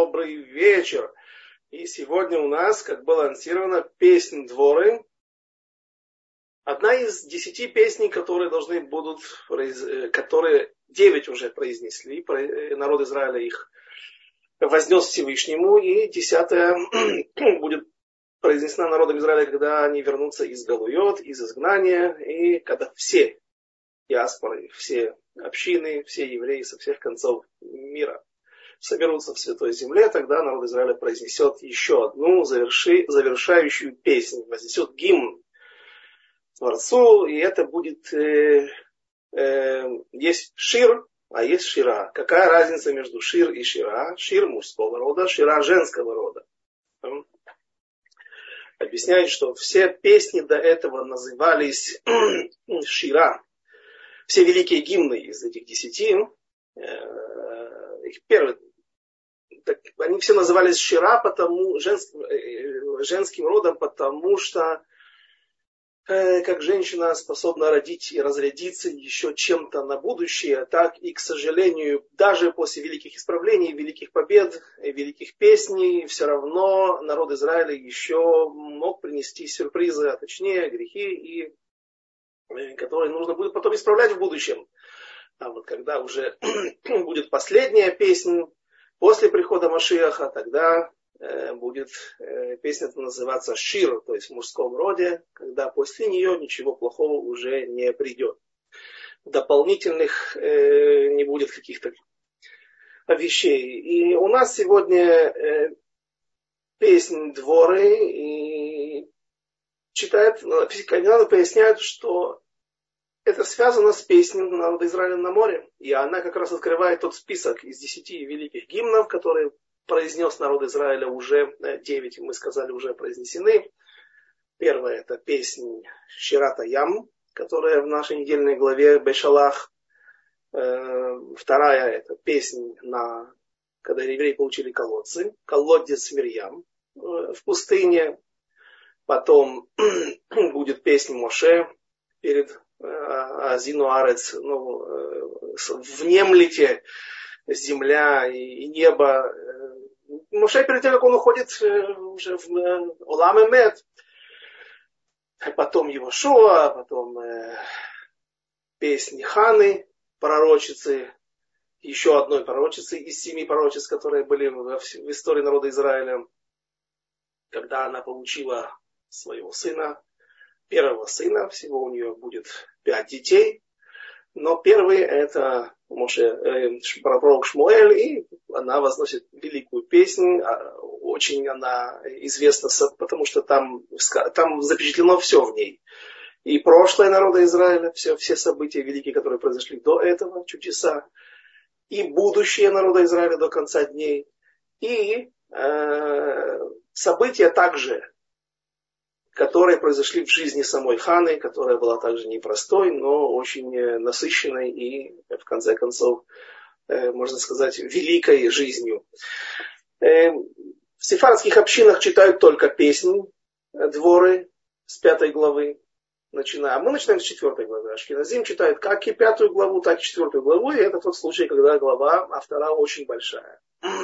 добрый вечер. И сегодня у нас, как было анонсировано, песнь Дворы. Одна из 10 песней, которые должны будут, которые 9 уже произнесли, народ Израиля их вознес Всевышнему, и 10-я будет произнесена народом Израиля, когда они вернутся из Галуйот, из изгнания, и когда все диаспоры, все общины, все евреи со всех концов мира соберутся в Святой Земле, тогда народ Израиля произнесет еще одну завершающую песню, вознесет гимн Творцу, и это будет есть шир, а есть шира. Какая разница между шир и шира? Шир мужского рода, шира женского рода. Объясняет, что все песни до этого назывались шира. Все великие гимны из этих 10, их первые, они все назывались шира, женским родом, потому что как женщина способна родить и разрядиться еще чем-то на будущее, так и, к сожалению, даже после великих исправлений, великих побед, великих песней, все равно народ Израиля еще мог принести сюрпризы, а точнее грехи, которые нужно будет потом исправлять в будущем. А вот когда уже будет последняя песня после прихода Машиаха, тогда будет песня называться шир, то есть в мужском роде, когда после нее ничего плохого уже не придет. Дополнительных не будет каких-то вещей. И у нас сегодня песнь Дворы, и читает, Каньяна поясняет, что это связано с песней народа Израиля на море. И она как раз открывает тот список из 10 великих гимнов, которые произнес народ Израиля уже 9, мы сказали, уже произнесены. Первая это песня Ширата Ям, которая в нашей недельной главе Бешалах. Вторая это песня, когда евреи получили колодцы, колодец Мирьям в пустыне. Потом будет песня Моше перед Азину Арец, внемлите земля и небо. Моше перед тем, как он уходит уже в Олам Эмет, потом Йошуа, потом песни Ханы, пророчицы, еще одной пророчицы из 7 пророчиц, которые были в истории народа Израиля, когда она получила своего сына, первого сына, всего у нее будет 5 детей, но первый это пророк Шмуэль, и она возносит великую песнь, очень она известна, потому что там запечатлено все в ней. И прошлое народа Израиля, все события великие, которые произошли до этого, чудеса, и будущее народа Израиля до конца дней, и события также, которые произошли в жизни самой Ханы, которая была также непростой, но очень насыщенной и, в конце концов, можно сказать, великой жизнью. В сефардских общинах читают только песни Дворы с 5 главы, начинаем. Мы начинаем с 4 главы. Ашкеназим читают как и 5 главу, так и 4 главу, и это тот случай, когда глава автора очень большая.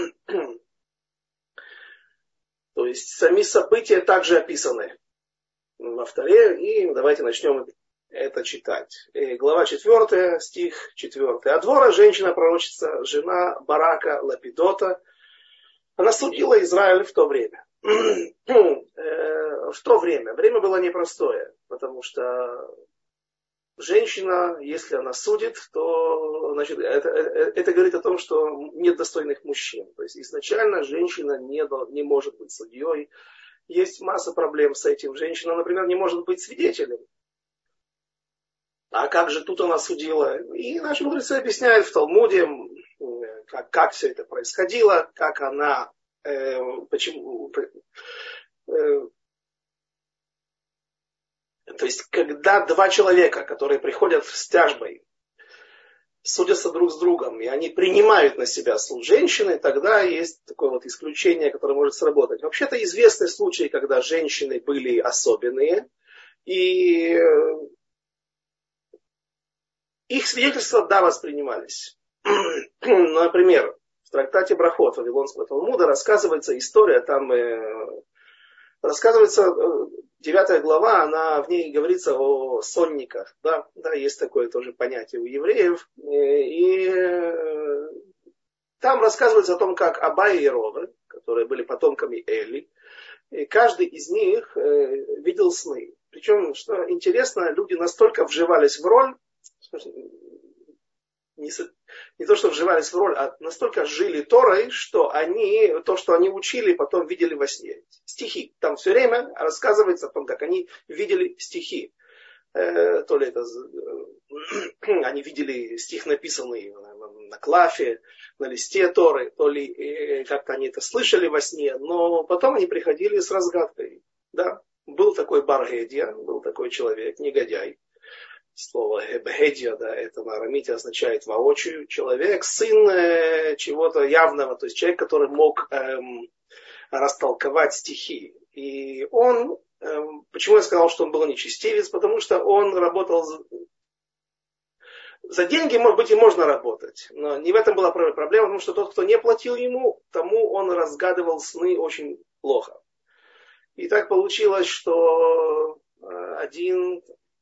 То есть сами события также описаны во вторе, и давайте начнем это читать. Глава 4, стих 4. А Двора, женщина-пророчица, жена Барака Лапидота, она судила Израиль в то время. В то время было непростое, потому что женщина, если она судит, то значит, это говорит о том, что нет достойных мужчин. То есть изначально женщина не может быть судьей. Есть масса проблем с этим. Женщина, например, не может быть свидетелем. А как же тут она судила? И наши мудрецы объясняют в Талмуде, как все это происходило, как она, почему. То есть, когда два человека, которые приходят с тяжбой, судятся друг с другом, и они принимают на себя суд женщины, тогда есть такое вот исключение, которое может сработать. Вообще-то известны случаи, когда женщины были особенные, и их свидетельства, да, воспринимались. Например, в трактате Брахот Вавилонского Талмуда рассказывается история, там рассказывается 9 глава, в ней говорится о сонниках. Да, есть такое тоже понятие у евреев. И там рассказывается о том, как Абай и Рове, которые были потомками Эли, и каждый из них видел сны. Причем, что интересно, люди настолько вживались в роль, не то, что вживались в роль, а настолько жили Торой, что то, что они учили, потом видели во сне. Стихи. Там все время рассказывается о том, как они видели стихи. То ли это они видели стих, написанный на клафе, на листе Торы, то ли как-то они это слышали во сне, но потом они приходили с разгадкой. Да? Был такой Бар-Гедия, был такой человек, негодяй. Слово Бхедия, да, это на арамите означает воочию. Человек, сын чего-то явного, то есть человек, который мог растолковать стихи. И он, почему я сказал, что он был нечестивец, потому что он работал за деньги, может быть, и можно работать. Но не в этом была проблема, потому что тот, кто не платил ему, тому он разгадывал сны очень плохо. И так получилось, что один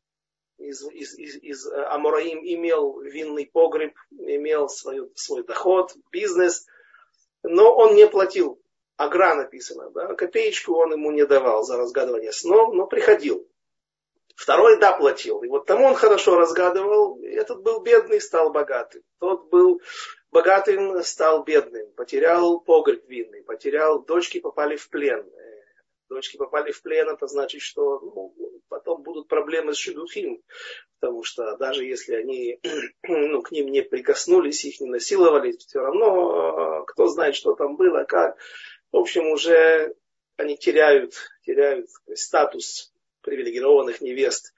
из Амораим имел винный погреб, имел свой доход, бизнес, но он не платил. Агра написано, да, копеечку он ему не давал за разгадывание снов, но приходил. Второй, да, платил. И вот тому он хорошо разгадывал. Этот был бедный, стал богатым. Тот был богатым, стал бедным. Потерял погреб винный, дочки попали в плен. Дочки попали в плен, это значит, что потом будут проблемы с шидухим, потому что даже если они к ним не прикоснулись, их не насиловали, все равно кто знает, что там было, как. В общем, уже они теряют статус привилегированных невест.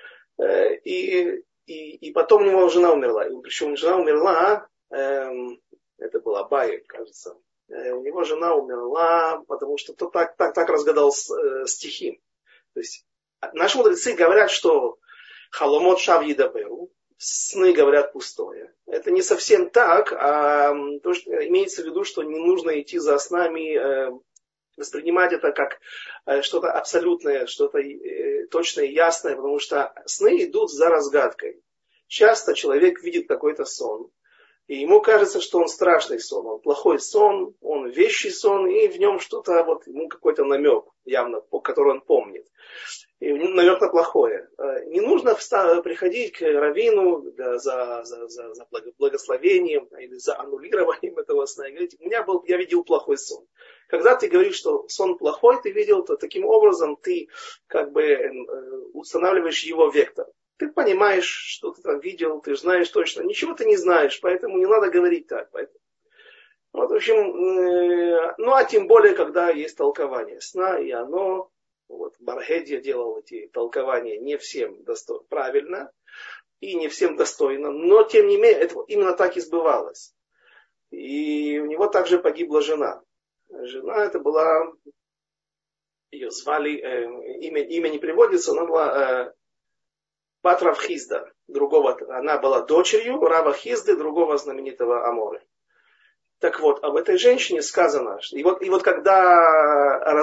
И потом у него жена умерла. И причем жена умерла, это была Бая, кажется. У него жена умерла, потому что тот так разгадал стихи. То есть наши мудрецы говорят, что халомот шав едаберу, сны говорят пустое. Это не совсем так, а то, что имеется в виду, что не нужно идти за снами, воспринимать это как что-то абсолютное, что-то точное и ясное, потому что сны идут за разгадкой. Часто человек видит какой-то сон, и ему кажется, что он страшный сон, он плохой сон, он вещий сон, и в нем что-то, ему какой-то намек, явно, который он помнит. И намек на плохое. Не нужно приходить к раввину за благословением или за аннулированием этого сна. И говорить, я видел плохой сон. Когда ты говоришь, что сон плохой, ты видел, то таким образом ты устанавливаешь его вектор. Ты понимаешь, что ты там видел, ты знаешь точно. Ничего ты не знаешь, поэтому не надо говорить так. Вот, в общем, а тем более, когда есть толкование сна, и оно, Бар-Гедия делал эти толкования не всем правильно и не всем достойно, но тем не менее, это именно так и сбывалось. И у него также погибла жена. Жена это была, ее звали, имя не приводится, она была Бат Рав Хизда, она была дочерью Рава Хизды, другого знаменитого Аморы. Так вот, об этой женщине сказано, и вот когда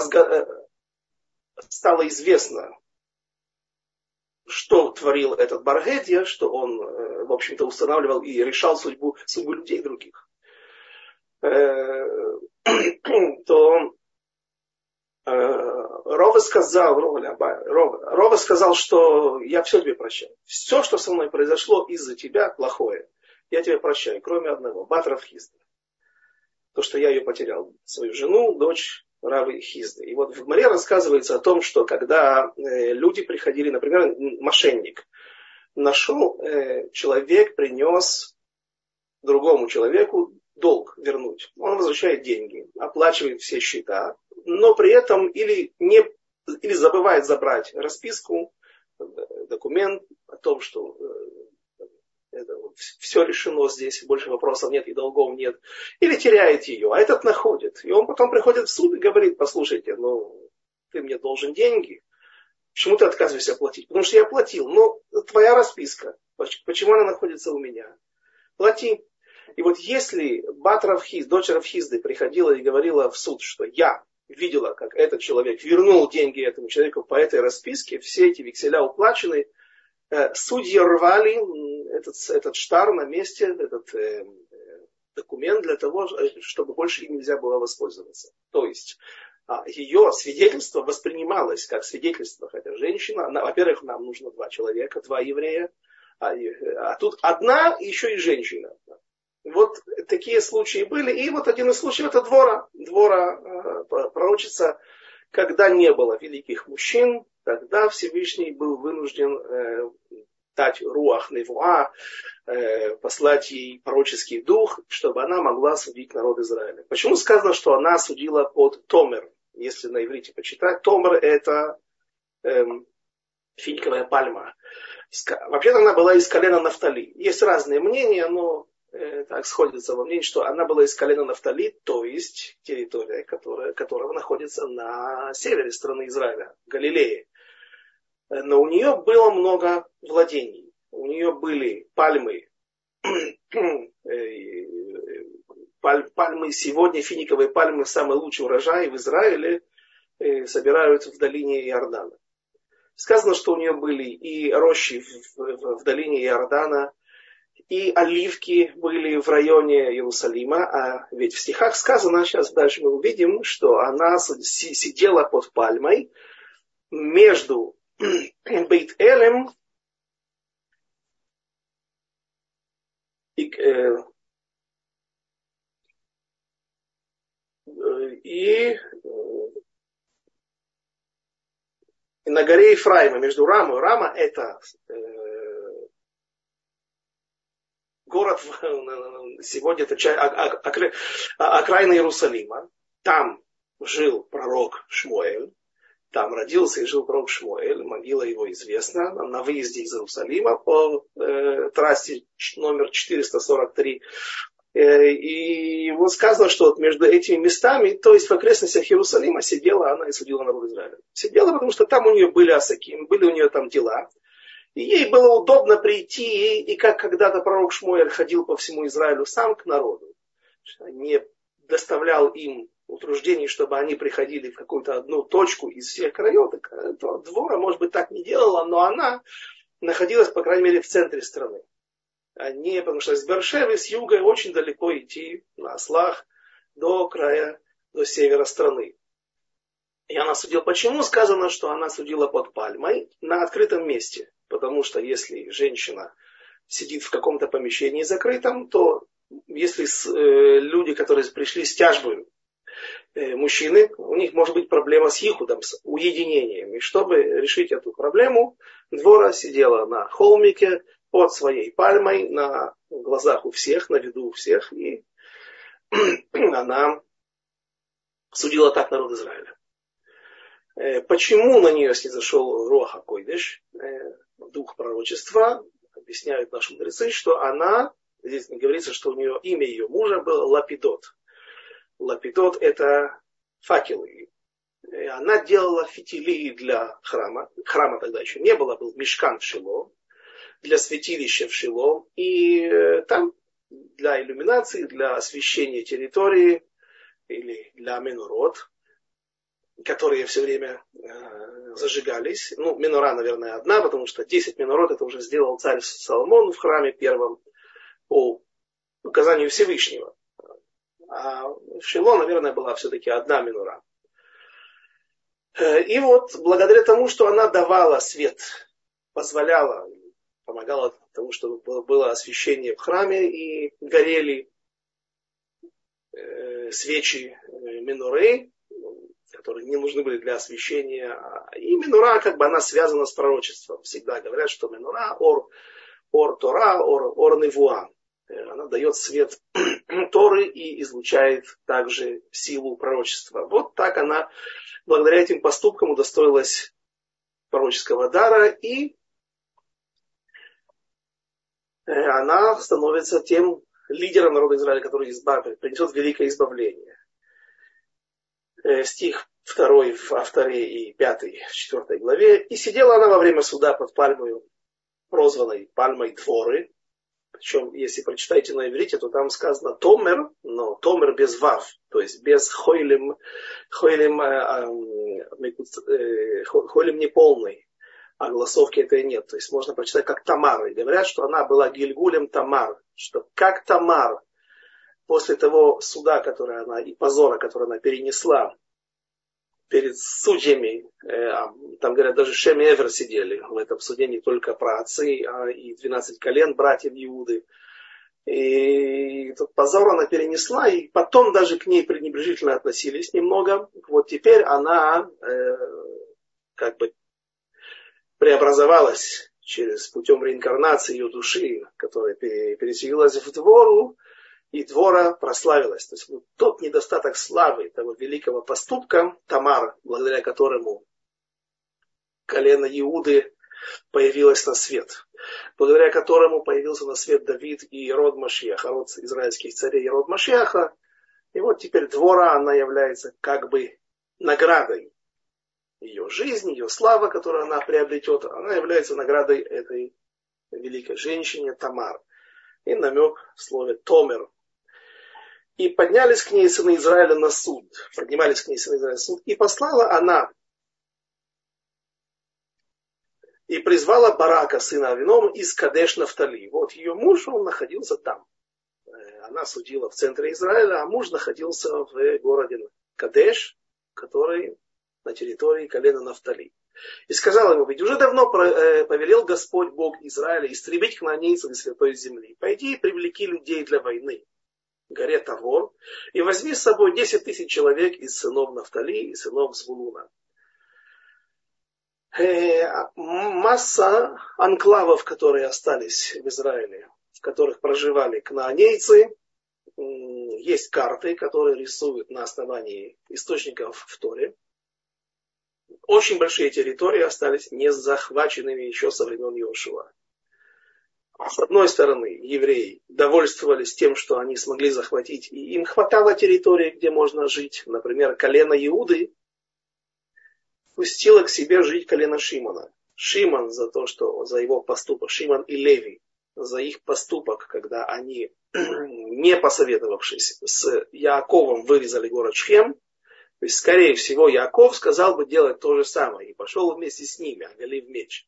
стало известно, что творил этот Бар-Гедия, что он, в общем-то, устанавливал и решал судьбу людей других, то Рова сказал, что я все тебе прощаю. Все, что со мной произошло из-за тебя, плохое, я тебе прощаю, кроме одного, Бат Рав Хизда. То, что я ее потерял, свою жену, дочь Равы Хизды. И вот в Гмаре рассказывается о том, что когда люди приходили, например, мошенник, человек принес другому человеку долг вернуть. Он возвращает деньги, оплачивает все счета, но при этом или забывает забрать расписку, документ о том, что все решено здесь, больше вопросов нет и долгов нет, или теряет ее, а этот находит. И он потом приходит в суд и говорит, послушайте, ты мне должен деньги, почему ты отказываешься платить? Потому что я платил, твоя расписка, почему она находится у меня? Плати. И вот если дочь Равхизды приходила и говорила в суд, что я видела, как этот человек вернул деньги этому человеку по этой расписке, все эти векселя уплачены, судьи рвали этот штар на месте, этот документ для того, чтобы больше им нельзя было воспользоваться. То есть ее свидетельство воспринималось как свидетельство, хотя женщина, во-первых, нам нужно 2 человека, 2 еврея, а тут одна, еще и женщина. Вот такие случаи были. И вот один из случаев это Двора пророчица, когда не было великих мужчин, тогда Всевышний был вынужден дать руах невуа, послать ей пророческий дух, чтобы она могла судить народ Израиля. Почему сказано, что она судила под Томер? Если на иврите почитать, Томер это финиковая пальма. Вообще-то она была из колена Нафтали. Есть разные мнения, но так сходится во мнении, что она была из колена Нафтали, то есть территория, которая находится на севере страны Израиля, Галилеи. Но у нее было много владений. У нее были пальмы, пальмы сегодня, финиковые пальмы, самый лучший урожай в Израиле собирают в долине Иордана. Сказано, что у нее были и рощи в долине Иордана, и оливки были в районе Иерусалима. А ведь в стихах сказано, сейчас дальше мы увидим, что она сидела под пальмой между Бейт-Элем и на горе Ефраима, между Рамой. Рама это город, сегодня это окраина Иерусалима. Там жил пророк Шмуэль. Там родился и жил пророк Шмуэль. Могила его известна. На выезде из Иерусалима по трассе номер 443. И вот сказано, что вот между этими местами, то есть в окрестностях Иерусалима, сидела она и судила народ Израиля. Сидела, потому что там у нее были асаким, были у нее там дела. И ей было удобно прийти, и как когда-то пророк Шмуэль ходил по всему Израилю сам к народу, не доставлял им утруждений, чтобы они приходили в какую-то одну точку из всех краев, то Двора, может быть, так не делала, но она находилась, по крайней мере, в центре страны. А не, потому что с Бершевы, с юга очень далеко идти на ослах до края, до севера страны. И она судила. Почему сказано, что она судила под пальмой на открытом месте? Потому что если женщина сидит в каком-то помещении закрытом, то если люди, которые пришли с тяжбой, мужчины, у них может быть проблема с ихудом, с уединением. И чтобы решить эту проблему, Двора сидела на холмике под своей пальмой, на глазах у всех, на виду у всех, и она судила так народ Израиля. Почему на нее снизошел Руах ха-Койдеш, дух пророчества, объясняют наши мудрецы, что она, здесь говорится, что у нее имя ее мужа было Лапидот. Лапидот это факелы. Она делала фитили для храма. Храма тогда еще не было, был мишкан в Шило, для святилища в Шило. И там для иллюминации, для освещения территории или для менурот, которые все время зажигались. Ну, минора, наверное, одна, потому что 10 минорот это уже сделал царь Соломон в храме первом по указанию Всевышнего. А в Шило, наверное, была все-таки одна минора. И вот благодаря тому, что она давала свет, позволяла, помогала тому, чтобы было освещение в храме и горели свечи миноры, которые не нужны были для освещения. И минура, как бы она связана с пророчеством. Всегда говорят, что минура, ор Тора, ор Невуа. Она дает свет Торы и излучает также силу пророчества. Вот так она, благодаря этим поступкам, удостоилась пророческого дара, и она становится тем лидером народа Израиля, который принесет великое избавление. Стих 2 во 2 и 5 в 4 главе. «И сидела она во время суда под пальмой, прозванной пальмой Дворы, Причем, если прочитаете на иврите, то там сказано томер, но томер без вав, то есть без хойлем неполный, а голосовки этой нет. То есть можно прочитать как Тамар. И говорят, что она была Гильгулем Тамар, что как Тамар после того суда, который она, и позора, который она перенесла перед судьями, там, говорят, даже Шем и Эвер сидели в этом суде, не только праотцы, а и 12 колен братьев Иуды. И этот позор она перенесла, и потом даже к ней пренебрежительно относились немного. Вот теперь она как бы преобразовалась через путем реинкарнации ее души, которая переселилась в Двору, и Двора прославилась. То есть вот тот недостаток славы того великого поступка, Тамар, благодаря которому колено Иуды появилось на свет, благодаря которому появился на свет Давид и род Машиаха, род израильских царей и род Машиаха. И вот теперь Двора, она является как бы наградой. Ее жизнь, ее слава, которую она приобретет, она является наградой этой великой женщине Тамар. И намек в слове Томер. И поднялись к ней сыны Израиля на суд. Поднимались к ней сыны Израиля на суд. И послала она и призвала Барака, сына Авинома, из Кадеш-Нафтали. Вот ее муж, он находился там. Она судила в центре Израиля, а муж находился в городе Кадеш, который на территории колена Нафтали. И сказал ему: ведь уже давно повелел Господь Бог Израиля истребить кнаанейцев из святой земли. Пойди и привлеки людей для войны к горе Тавор, и возьми с собой 10 000 человек из сынов Нафтали и сынов Звулуна. Масса анклавов, которые остались в Израиле, в которых проживали кнаанейцы, есть карты, которые рисуют на основании источников в Торе. Очень большие территории остались не захваченными еще со времен Иошуа. С одной стороны, евреи довольствовались тем, что они смогли захватить, и им хватало территории, где можно жить. Например, колено Иуды пустило к себе жить колено Шимона. Шимон за его поступок, Шимон и Леви, за их поступок, когда они, не посоветовавшись с Яаковом, вырезали город Шхем. То есть, скорее всего, Яаков сказал бы делать то же самое и пошел вместе с ними, оголив меч.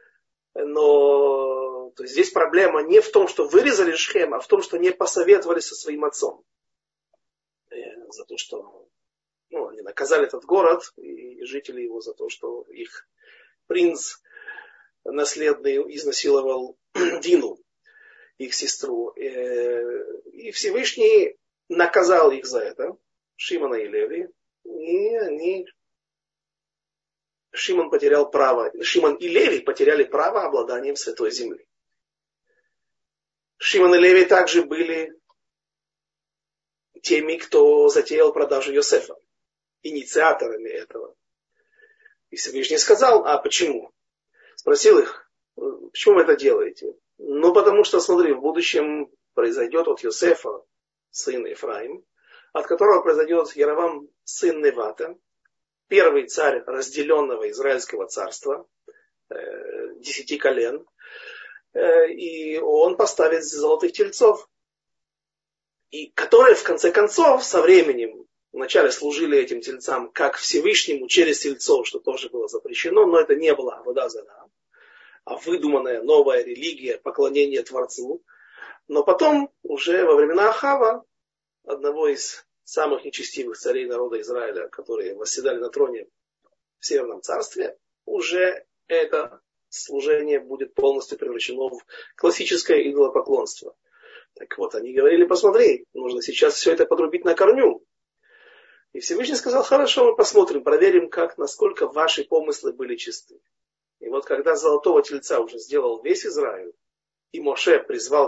Но то есть, здесь проблема не в том, что вырезали Шхем, а в том, что не посоветовались со своим отцом. За то, что они наказали этот город и жители его за то, что их принц наследный изнасиловал Дину, их сестру. И Всевышний наказал их за это, Шимона и Леви. И Шимон и Леви потеряли право обладанием святой земли. Шимон и Леви также были теми, кто затеял продажу Йосефа, инициаторами этого. И Всевышний сказал: а почему? Спросил их: почему вы это делаете? Ну, потому что, смотри, в будущем произойдет от Йосефа сын Ефраим, от которого произойдет Яровам сын Невата, первый царь разделенного Израильского царства, 10 колен, и он поставит золотых тельцов, и которые в конце концов со временем вначале служили этим тельцам как Всевышнему через тельцов, что тоже было запрещено, но это не было авода зара, а выдуманная новая религия, поклонение Творцу. Но потом, уже во времена Ахава, одного из самых нечестивых царей народа Израиля, которые восседали на троне в Северном царстве, уже это служение будет полностью превращено в классическое идолопоклонство. Так вот, они говорили: посмотри, нужно сейчас все это подрубить на корню. И Всевышний сказал: хорошо, мы посмотрим, проверим, насколько ваши помыслы были чисты. И вот когда золотого тельца уже сделал весь Израиль, и Моше призвал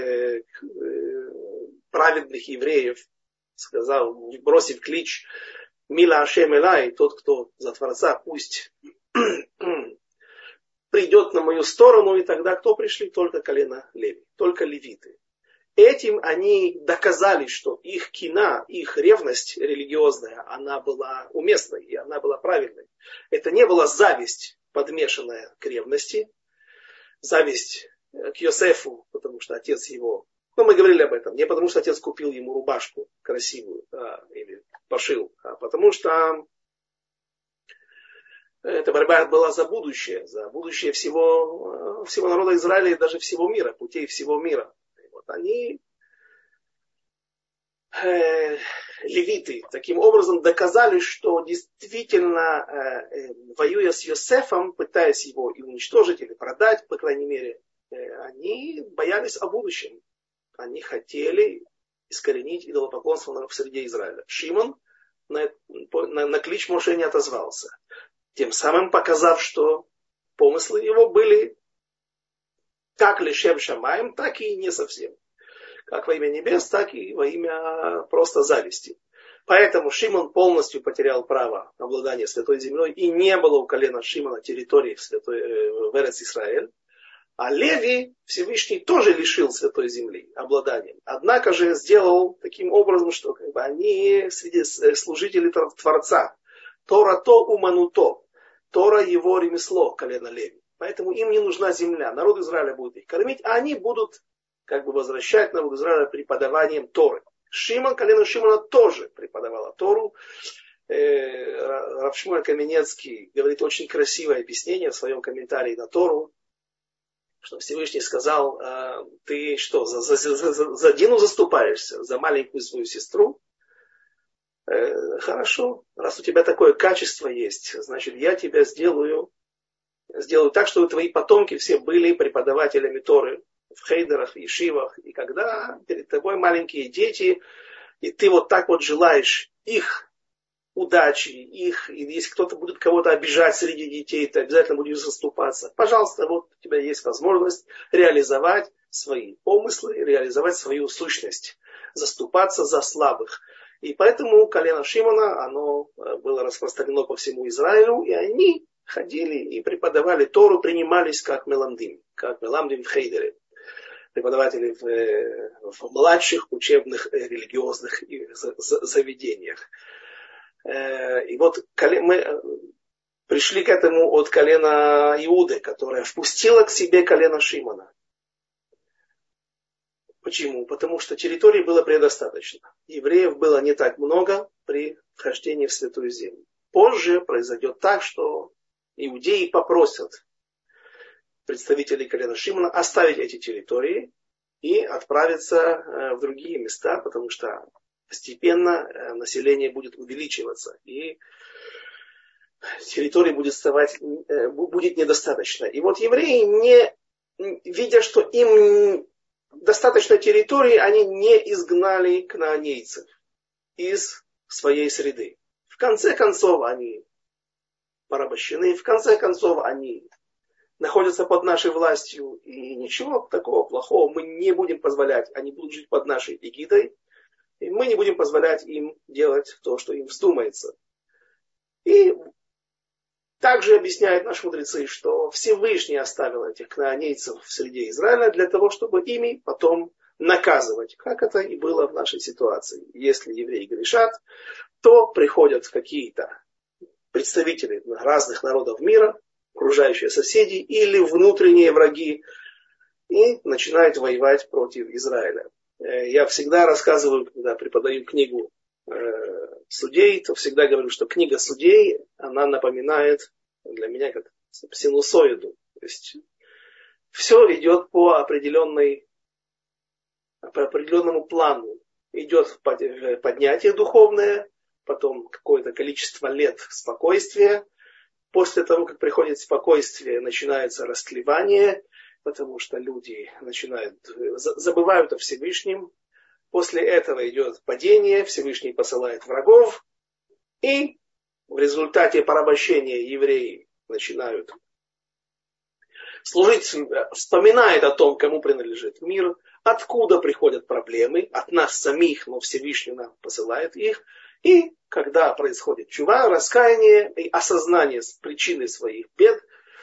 праведных евреев, сказал, бросив клич «Мила Ашем Элай», тот, кто за Творца, пусть придет на мою сторону, и тогда кто пришли? Только колено Леви, только левиты. Этим они доказали, что их кина, их ревность религиозная, она была уместной, и она была правильной. Это не была зависть, подмешанная к ревности, зависть к Йосефу, потому что отец его, ну мы говорили об этом, не потому что отец купил ему рубашку красивую или пошил, а потому что эта борьба была за будущее всего народа Израиля и даже всего мира, путей всего мира. И вот они, левиты, таким образом доказали, что действительно, воюя с Йосефом, пытаясь его и уничтожить, или продать, по крайней мере, они боялись о будущем. Они хотели искоренить идолопоклонство в среде Израиля. Шимон на клич Моше не отозвался. Тем самым показав, что помыслы его были как лешем шамаем, так и не совсем. Как во имя небес, так и во имя просто зависти. Поэтому Шимон полностью потерял право обладания Святой Землей, и не было у колена Шимона территории в Эрец-Исраэль. А Леви Всевышний тоже лишил Святой Земли обладанием. Однако же сделал таким образом, что они среди служителей Творца. Тора то умануто. Тора его ремесло, колено Леви. Поэтому им не нужна земля. Народ Израиля будет их кормить, а они будут возвращать народ Израиля преподаванием Торы. Колено Шимона тоже преподавало Тору. Рав Шмуэль Каменецкий говорит очень красивое объяснение в своем комментарии на Тору, что Всевышний сказал: ты что, за Дину заступаешься, за маленькую свою сестру? Хорошо, раз у тебя такое качество есть, значит я тебя сделаю так, чтобы твои потомки все были преподавателями Торы в хейдерах, ешивах. И когда перед тобой маленькие дети, и ты вот так вот желаешь их удачи, и если кто-то будет кого-то обижать среди детей, ты обязательно будешь заступаться. Пожалуйста, вот у тебя есть возможность реализовать свои помыслы, реализовать свою сущность, заступаться за слабых. И поэтому колено Шимона, оно было распространено по всему Израилю, и они ходили и преподавали Тору, принимались как меламдим в хейдере, преподаватели в младших учебных религиозных заведениях. И вот мы пришли к этому от колена Иуды, которое впустило к себе колено Шимона. Почему? Потому что территории было предостаточно. Евреев было не так много при вхождении в Святую Землю. Позже произойдет так, что иудеи попросят представителей колена Шимона оставить эти территории и отправиться в другие места, потому что постепенно население будет увеличиваться, и территории будет недостаточно. И вот евреи, видя, что им достаточно территории, они не изгнали кнаанейцев из своей среды. В конце концов, они порабощены, в конце концов, они находятся под нашей властью, и ничего такого плохого мы не будем позволять. Они будут жить под нашей эгидой, и мы не будем позволять им делать то, что им вздумается. И также объясняют наши мудрецы, что Всевышний оставил этих кнаанейцев в среде Израиля для того, чтобы ими потом наказывать, как это и было в нашей ситуации. Если евреи грешат, то приходят какие-то представители разных народов мира, окружающие соседи или внутренние враги, и начинают воевать против Израиля. Я всегда рассказываю, когда преподаю книгу Судей, то всегда говорю, что книга Судей, она напоминает для меня как синусоиду. То есть все идет по определенному плану. Идет поднятие духовное, потом какое-то количество лет спокойствия. После того, как приходит спокойствие, начинается растлевание, потому что люди забывают о Всевышнем. После этого идет падение, Всевышний посылает врагов, и в результате порабощения евреи начинают служить, вспоминают о том, кому принадлежит мир, откуда приходят проблемы, от нас самих, но Всевышний нам посылает их. И когда происходит чува, раскаяние и осознание причины своих бед,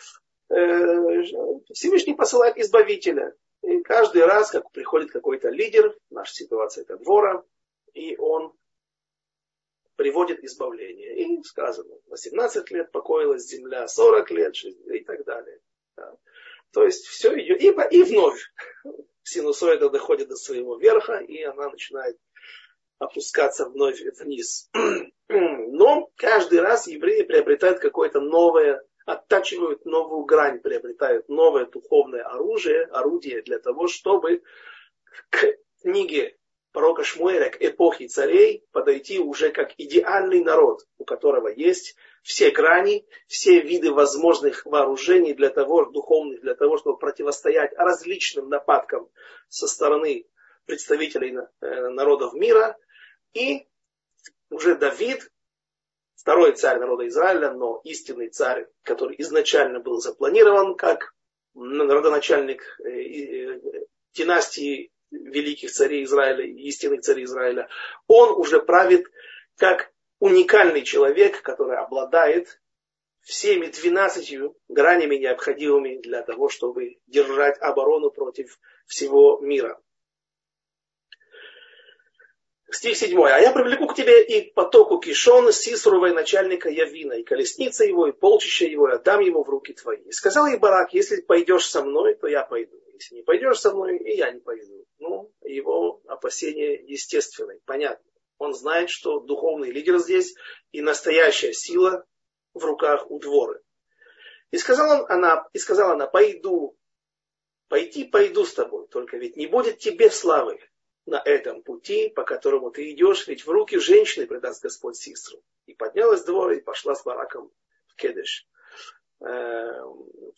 Всевышний посылает избавителя. И каждый раз, как приходит какой-то лидер, наша ситуация это двора, и он приводит избавление. И сказано, 18 лет покоилась земля, 40 лет, 60 и так далее. То есть все идет, и вновь синусоида доходит до своего верха, и она начинает опускаться вновь вниз. Но каждый раз евреи приобретают какое-то новое, оттачивают новую грань, приобретают новое духовное орудие для того, чтобы к книге пророка Шмуэля, к эпохе царей, подойти уже как идеальный народ, у которого есть все грани, все виды возможных вооружений для того, духовных, для того, чтобы противостоять различным нападкам со стороны представителей народов мира. И уже Давид, второй царь народа Израиля, но истинный царь, который изначально был запланирован как родоначальник династии великих царей Израиля, истинных царей Израиля, он уже правит как уникальный человек, который обладает всеми 12 гранями, необходимыми для того, чтобы держать оборону против всего мира. Стих 7. «А я привлеку к тебе и к потоку Кишона, Сисрова и начальника Явина, и колесница его, и полчища его, и отдам его в руки твои. И сказал ей Барак, если пойдешь со мной, то я пойду. Если не пойдешь со мной, и я не пойду». Ну, его опасения естественны, понятно. Он знает, что духовный лидер здесь, и настоящая сила в руках у дворы. И сказала она, пойду с тобой, только ведь не будет тебе славы на этом пути, по которому ты идешь, ведь в руки женщины предаст Господь Сисру. И поднялась с двора и пошла с Бараком в Кедеш. В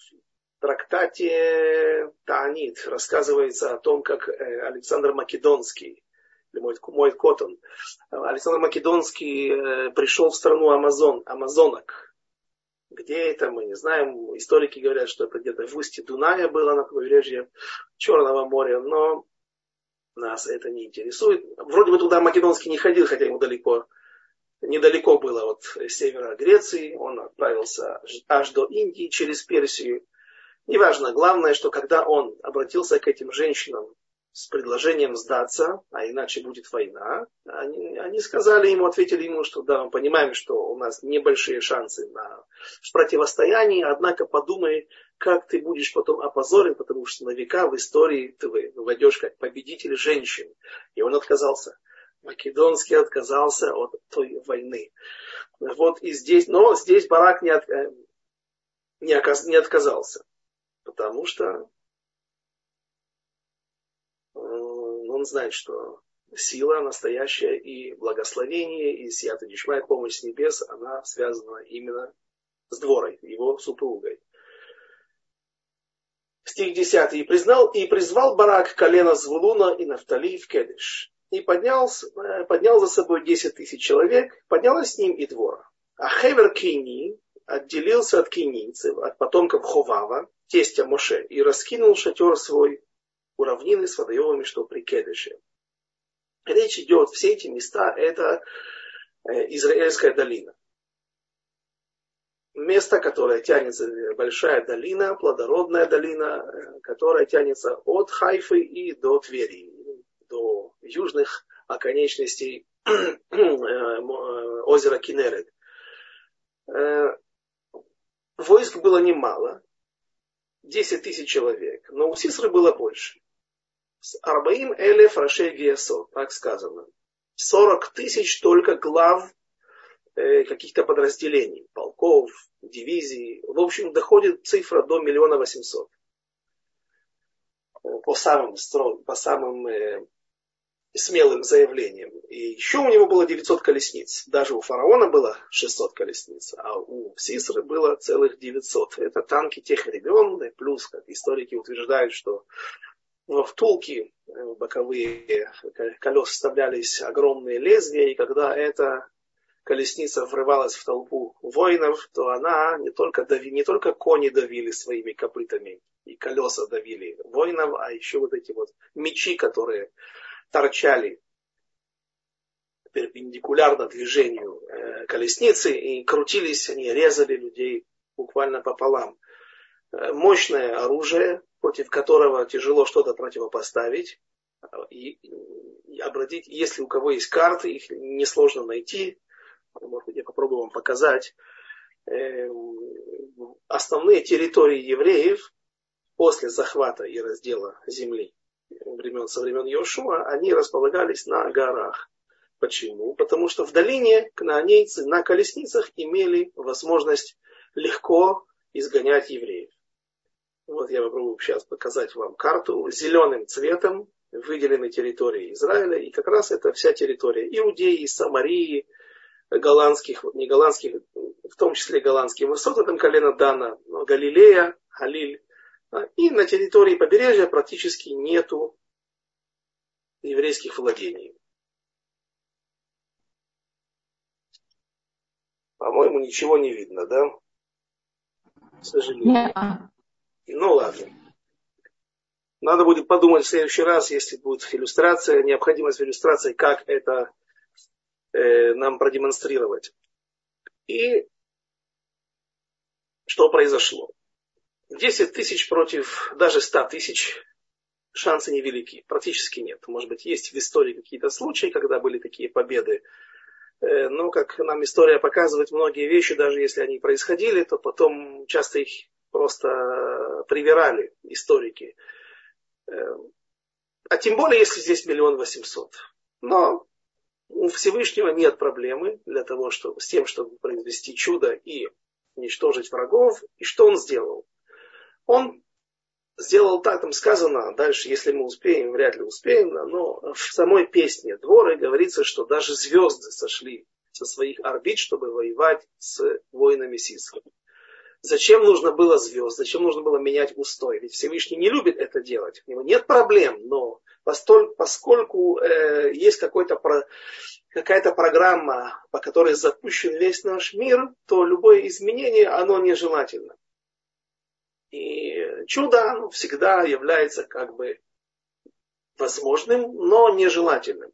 трактате Таанит рассказывается о том, как Александр Македонский, или мой Котон, Александр Македонский пришел в страну Амазонок. Где это, мы не знаем. Историки говорят, что это где-то в устье Дуная было, на побережье Черного моря, но нас это не интересует. Вроде бы туда Македонский не ходил, хотя ему недалеко было от севера Греции. Он отправился аж до Индии через Персию. Неважно, главное, что когда он обратился к этим женщинам с предложением сдаться, а иначе будет война, они ответили ему, что да, мы понимаем, что у нас небольшие шансы в противостоянии, однако подумай, как ты будешь потом опозорен, потому что на века в истории ты войдешь как победитель женщин. И он отказался. Македонский отказался от той войны. Вот и здесь, но здесь Барак не отказался, потому что он знает, что сила настоящая и благословение, и сията дишмая, помощь с небес, она связана именно с дворой, его супругой. Стих 10. «И призвал Барак колено Звулуна и Нафтали в Кедеш. И поднял за собой 10 000 человек, поднялась с ним и двора. А Хевер Кини отделился от кинийцев, от потомков Ховава, тестя Моше, и раскинул шатер свой у равнины с водоемами, что при Кедеше». Речь идет, все эти места, это Израильская долина. Место, которое тянется, большая долина, плодородная долина, которая тянется от Хайфы и до Твери, до южных оконечностей озера Кинерет. Войск было немало, 10 000 человек, но у Сисры было больше. Арбаим элеф рашей гиесо, так сказано. 40 000 только глав каких-то подразделений, полков, дивизий. В общем, доходит цифра до 1 800 000. По самым смелым заявлениям. И еще у него было 900 колесниц. Даже у фараона было 600 колесниц, а у Сисры было целых 900. Это танки тех времен, плюс, как историки утверждают, что в втулки боковые колес вставлялись огромные лезвия, и когда эта колесница врывалась в толпу воинов, то она не только кони давили своими копытами, и колеса давили воинов, а еще вот эти вот мечи, которые торчали перпендикулярно движению колесницы, и крутились, они резали людей буквально пополам. Мощное оружие, против которого тяжело что-то противопоставить. И обратить, если у кого есть карты, их несложно найти. Может быть, я попробую вам показать. Основные территории евреев после захвата и раздела земли со времен Йошуа, они располагались на горах. Почему? Потому что в долине кнаанейцы на колесницах имели возможность легко изгонять евреев. Вот я попробую сейчас показать вам карту. Зеленым цветом выделены территории Израиля, и как раз это вся территория Иудеи, Самарии, голландских, не голландских, в том числе голландских высот, это колено Дана, Галилея, Халиль. И на территории побережья практически нету еврейских владений. По-моему, ничего не видно, да? К сожалению. Ну ладно. Надо будет подумать в следующий раз, если будет иллюстрация, необходимость в иллюстрации, как это нам продемонстрировать. И что произошло? 10 тысяч против даже 100 тысяч, шансы невелики, практически нет. Может быть, есть в истории какие-то случаи, когда были такие победы. Но, как нам история показывает, многие вещи, даже если они происходили, то потом часто их просто привирали историки. А тем более, если здесь 1 800 000. Но у Всевышнего нет проблемы для того, чтобы, с тем, чтобы произвести чудо и уничтожить врагов. И что он сделал? Он сделал так, там сказано, дальше, если мы успеем, вряд ли успеем, но в самой песне Дворы говорится, что даже звезды сошли со своих орбит, чтобы воевать с воинами Сисры. Зачем нужно было звезд? Зачем нужно было менять устой? Ведь Всевышний не любит это делать. У него нет проблем, но поскольку есть какая-то программа, по которой запущен весь наш мир, то любое изменение, оно нежелательно. И чудо оно всегда является как бы возможным, но нежелательным.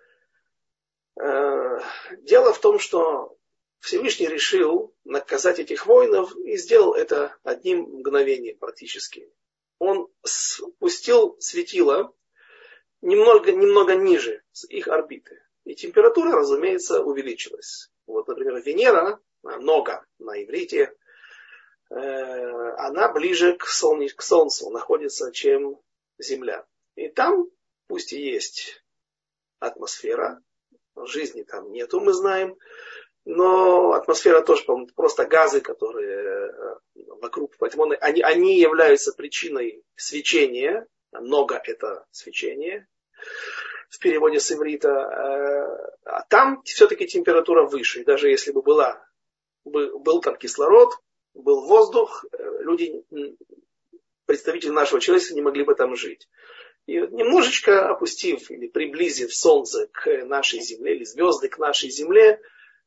Дело в том, что Всевышний решил наказать этих воинов и сделал это одним мгновением практически. Он спустил светило немного ниже их орбиты. И температура, разумеется, увеличилась. Вот, например, Венера, нога на иврите, она ближе к Солнцу находится, чем Земля. И там, пусть и есть атмосфера, жизни там нету, мы знаем, но атмосфера тоже, по-моему, просто газы, которые вокруг, поэтому они являются причиной свечения. Нога — это свечение в переводе с иврита. А там все-таки температура выше. И даже если бы был там кислород, был воздух, люди, представители нашего человечества, не могли бы там жить. И немножечко опустив или приблизив Солнце к нашей Земле, или звезды к нашей Земле,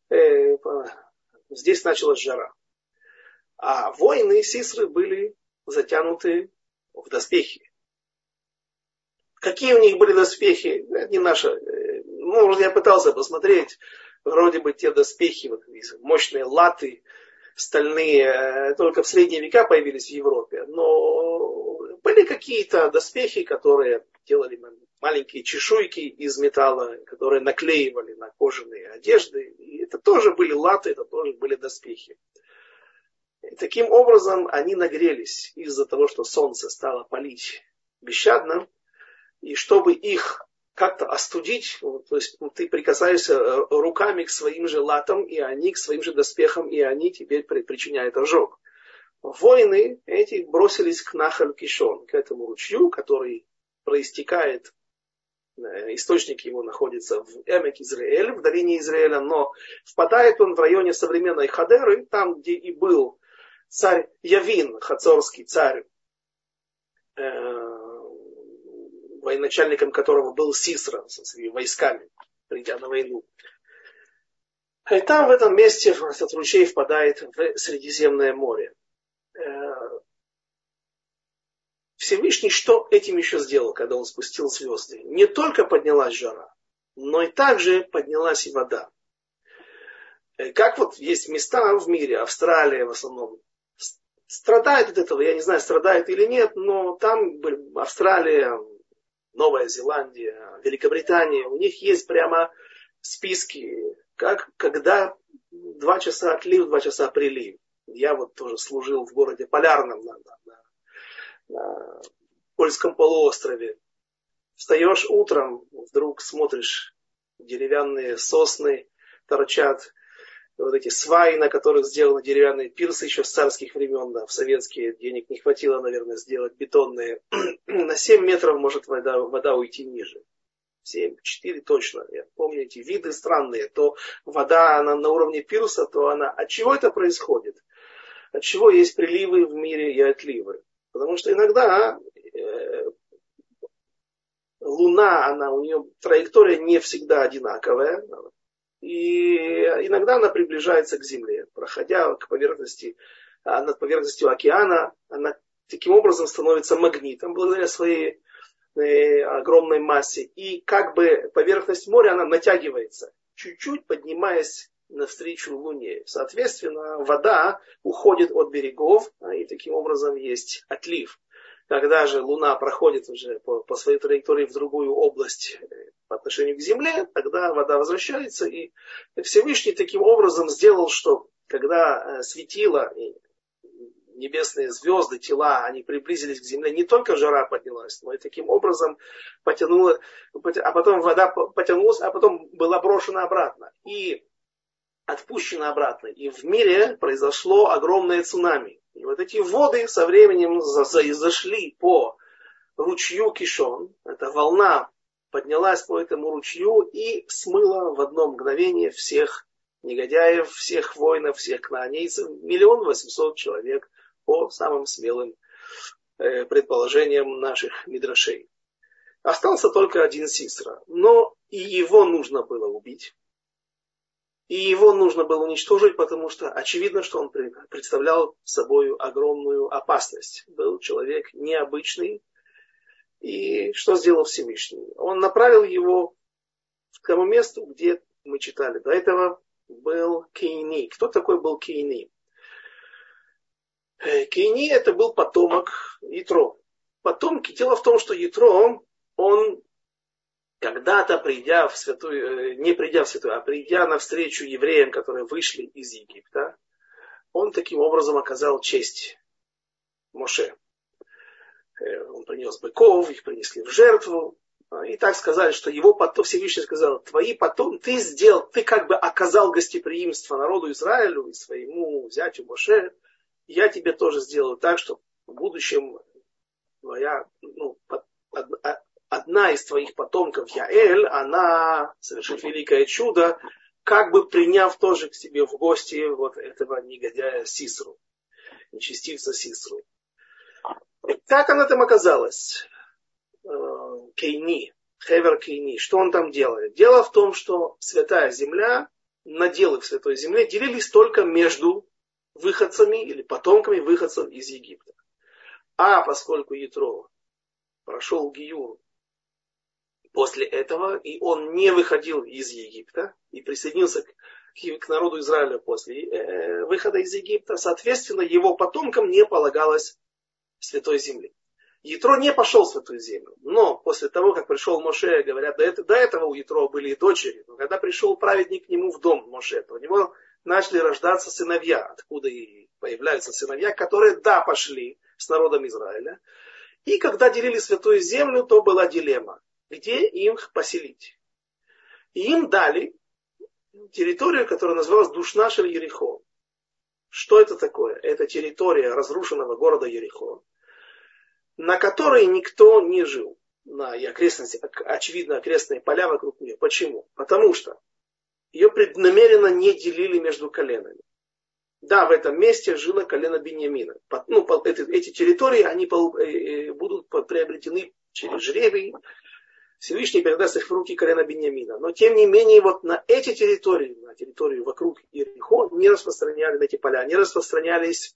здесь началась жара. А воины Сисры были затянуты в доспехи. Какие у них были доспехи? Это не наше. Я пытался посмотреть. Вроде бы те доспехи, вот, мощные латы, стальные, только в средние века появились в Европе. Но были какие-то доспехи, которые делали маленькие чешуйки из металла, которые наклеивали на кожаные одежды. И это тоже были латы, это тоже были доспехи. И таким образом они нагрелись из-за того, что солнце стало палить бесщадно. И чтобы их как-то остудить, то есть ты прикасаешься руками к своим же латам, и они к своим же доспехам, и они тебе причиняют ожог. Воины эти бросились к Нахаль Кишон, к этому ручью, который проистекает, источник его находится в Эмек Израиль, в долине Израиля, но впадает он в районе современной Хадеры, там, где и был царь Явин, хацорский царь, военачальником которого был Сисра со своими войсками, придя на войну. И там, в этом месте, этот ручей впадает в Средиземное море. Всевышний что этим еще сделал, когда он спустил звезды? Не только поднялась жара, но и также поднялась и вода. Как вот есть места в мире, Австралия в основном, страдает от этого, я не знаю, страдает или нет, но там Австралия, Новая Зеландия, Великобритания, у них есть прямо списки, когда 2 часа отлив, 2 часа прилив. Я вот тоже служил в городе Полярном на Польском полуострове. Встаешь утром, вдруг смотришь, деревянные сосны торчат, вот эти сваи, на которых сделаны деревянные пирсы еще с царских времен, да, в советские денег не хватило, наверное, сделать бетонные. На 7 метров может вода уйти ниже. 7-4 точно. Я помню эти виды странные. То вода она на уровне пирса, то она... От чего это происходит? От чего есть приливы в мире и отливы? Потому что иногда Луна, у нее траектория не всегда одинаковая. И иногда она приближается к Земле, проходя к поверхности, над поверхностью океана, она таким образом становится магнитом благодаря своей огромной массе. И как бы поверхность моря, она натягивается, чуть-чуть поднимаясь навстречу Луне. Соответственно, вода уходит от берегов, и таким образом есть отлив. Когда же Луна проходит уже по своей траектории в другую область по отношению к Земле, тогда вода возвращается. И Всевышний таким образом сделал, что когда светило, небесные звезды, тела, они приблизились к Земле, не только жара поднялась, но и таким образом потянула, а потом вода потянулась, а потом была брошена обратно. И отпущена обратно. И в мире произошло огромное цунами. И вот эти воды со временем зашли по ручью Кишон. Эта волна поднялась по этому ручью и смыла в одно мгновение всех негодяев, всех воинов, всех кнаанейцев. 1 800 000 человек по самым смелым предположениям наших мидрашей. Остался только один Сисра. Но и его нужно было убить. И его нужно было уничтожить, потому что очевидно, что он представлял собой огромную опасность. Был человек необычный. И что сделал Всевышний? Он направил его к тому месту, где мы читали. До этого был Кейни. Кто такой был Кейни? Кейни это был потомок Ятро. Потомки. Дело в том, что Ятро, он когда-то придя в святую, не придя в святую, а придя навстречу евреям, которые вышли из Египта, он таким образом оказал честь Моше. Он принес быков, их принесли в жертву. И так сказали, что его потом, Всевышний сказал, твои потом, ты как бы оказал гостеприимство народу Израилю и своему зятю Моше. Я тебе тоже сделаю так, что в будущем твоя, одна из твоих потомков, Яэль, она совершит великое чудо, как бы приняв тоже к себе в гости вот этого негодяя Сисру, нечестивца Сисру. И как она там оказалась? Кейни, Хевер Кейни. Что он там делает? Дело в том, что Святая Земля, наделы в Святой Земле делились только между выходцами или потомками выходцев из Египта. А поскольку Ятро прошел гиюр после этого, и он не выходил из Египта и присоединился к народу Израиля после выхода из Египта, соответственно, его потомкам не полагалось Святой Земли. Ятро не пошел в Святую Землю, но после того, как пришел Моше, говорят, до этого у Ятро были и дочери, но когда пришел праведник к нему в дом Моше, то у него начали рождаться сыновья, откуда и появляются сыновья, которые, пошли с народом Израиля. И когда делили Святую Землю, то была дилемма, где им поселить. И им дали территорию, которая называлась Душнашель Ерихо. Что это такое? Это территория разрушенного города Ерихо, на которой никто не жил. И окрестности, очевидно, окрестные поля вокруг нее. Почему? Потому что ее преднамеренно не делили между коленами. Да, в этом месте жило колено Биньямина. Эти территории они будут приобретены через жребий. Всевышний передаст их в руки колена Биньямина. Но тем не менее, вот на эти территории, на территорию вокруг Иерихо, не распространялись на эти поля, не распространялись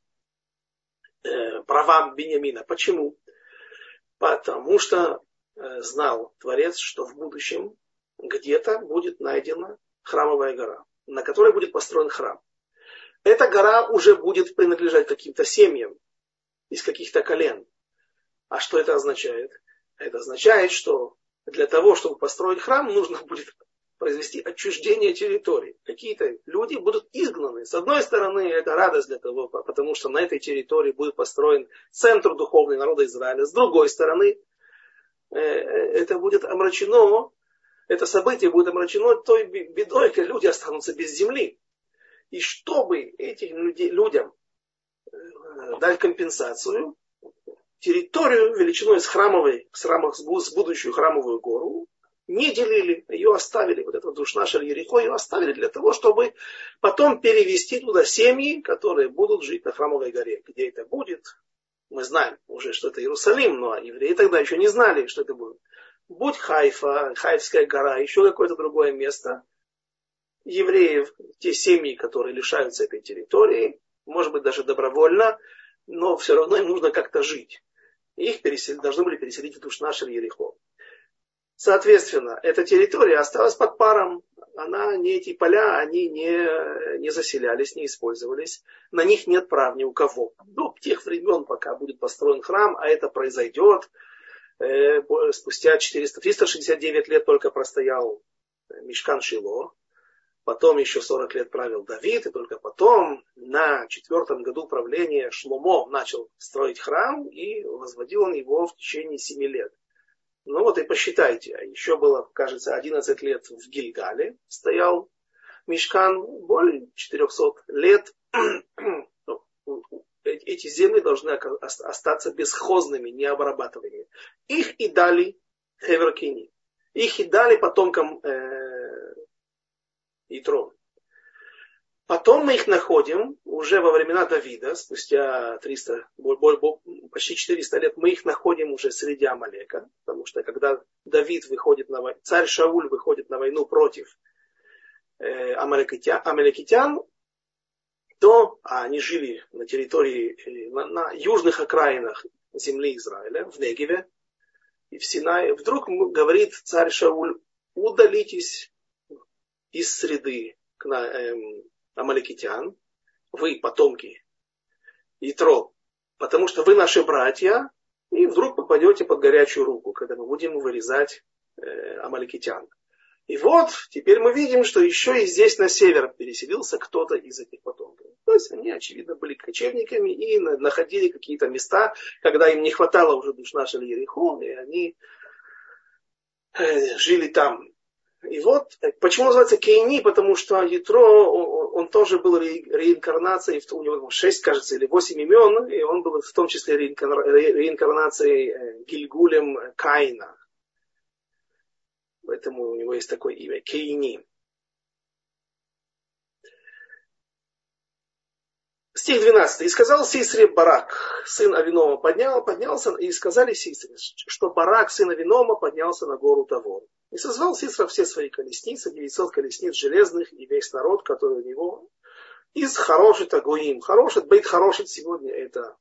права Биньямина. Почему? Потому что знал Творец, что в будущем где-то будет найдена храмовая гора, на которой будет построен храм. Эта гора уже будет принадлежать каким-то семьям из каких-то колен. А что это означает? Это означает, что для того, чтобы построить храм, нужно будет произвести отчуждение территории. Какие-то люди будут изгнаны. С одной стороны, это радость для того, потому что на этой территории будет построен центр духовный народа Израиля. С другой стороны, это будет омрачено, это событие будет омрачено той бедой, когда люди останутся без земли. И чтобы этим людям дать компенсацию, территорию величиной с будущую храмовую гору не делили, ее оставили, вот эту Душна Шель Ерихо, ее оставили для того, чтобы потом перевести туда семьи, которые будут жить на храмовой горе. Где это будет? Мы знаем уже, что это Иерусалим, но евреи тогда еще не знали, что это будет. Будь Хайфа, Хайфская гора, еще какое-то другое место, евреев, те семьи, которые лишаются этой территории, может быть даже добровольно, но все равно им нужно как-то жить. Их должны были переселить в Душна Шель Ерихо. Соответственно, эта территория осталась под паром. Эти поля, они не заселялись, не использовались. На них нет прав ни у кого. До тех времен, пока будет построен храм, а это произойдет, спустя 369 лет только простоял Мишкан Шило. Потом еще 40 лет правил Давид, и только потом, на 4-м году правления, Шломо начал строить храм, и возводил он его в течение 7 лет. Ну вот и посчитайте, еще было, кажется, 11 лет в Гильгале стоял Мишкан, более 400 лет. Эти земли должны остаться бесхозными, необрабатываемыми. Их и дали Хевер Кени. Их и дали потомкам Итро. Потом мы их находим уже во времена Давида, спустя почти 400 лет, мы их находим уже среди Амалека, потому что когда Давид выходит на войну, царь Шауль выходит на войну против амалекитян, то они жили на территории, на южных окраинах земли Израиля, в Негеве и в Синае. Вдруг говорит царь Шауль: удалитесь из среды амалекитян, вы потомки Итро, потому что вы наши братья, и вдруг попадете под горячую руку, когда мы будем вырезать амалекитян. И вот, теперь мы видим, что еще и здесь на север переселился кто-то из этих потомков. То есть они, очевидно, были кочевниками и находили какие-то места, когда им не хватало уже Душна Шель Ерихо, и они жили там. И вот, почему называется Кейни? Потому что Ятро, он тоже был реинкарнацией, у него 6, кажется, или 8 имен, и он был в том числе реинкарнацией Гильгулем Каина. Поэтому у него есть такое имя, Кейни. Стих 12. «И сказал Сисре Барак, сын Авинома, поднялся, и сказали Сисре, что Барак, сын Авинома, поднялся на гору Тавор. И созвал Сисра все свои колесницы, 900 колесниц железных, и весь народ, который у него, из Харошет Агуим. Харошет, Бейт Харошет сегодня это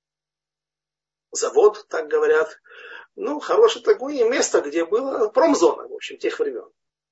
завод, так говорят. Ну, Харошет Агуим, место, где была промзона, в общем, тех времен.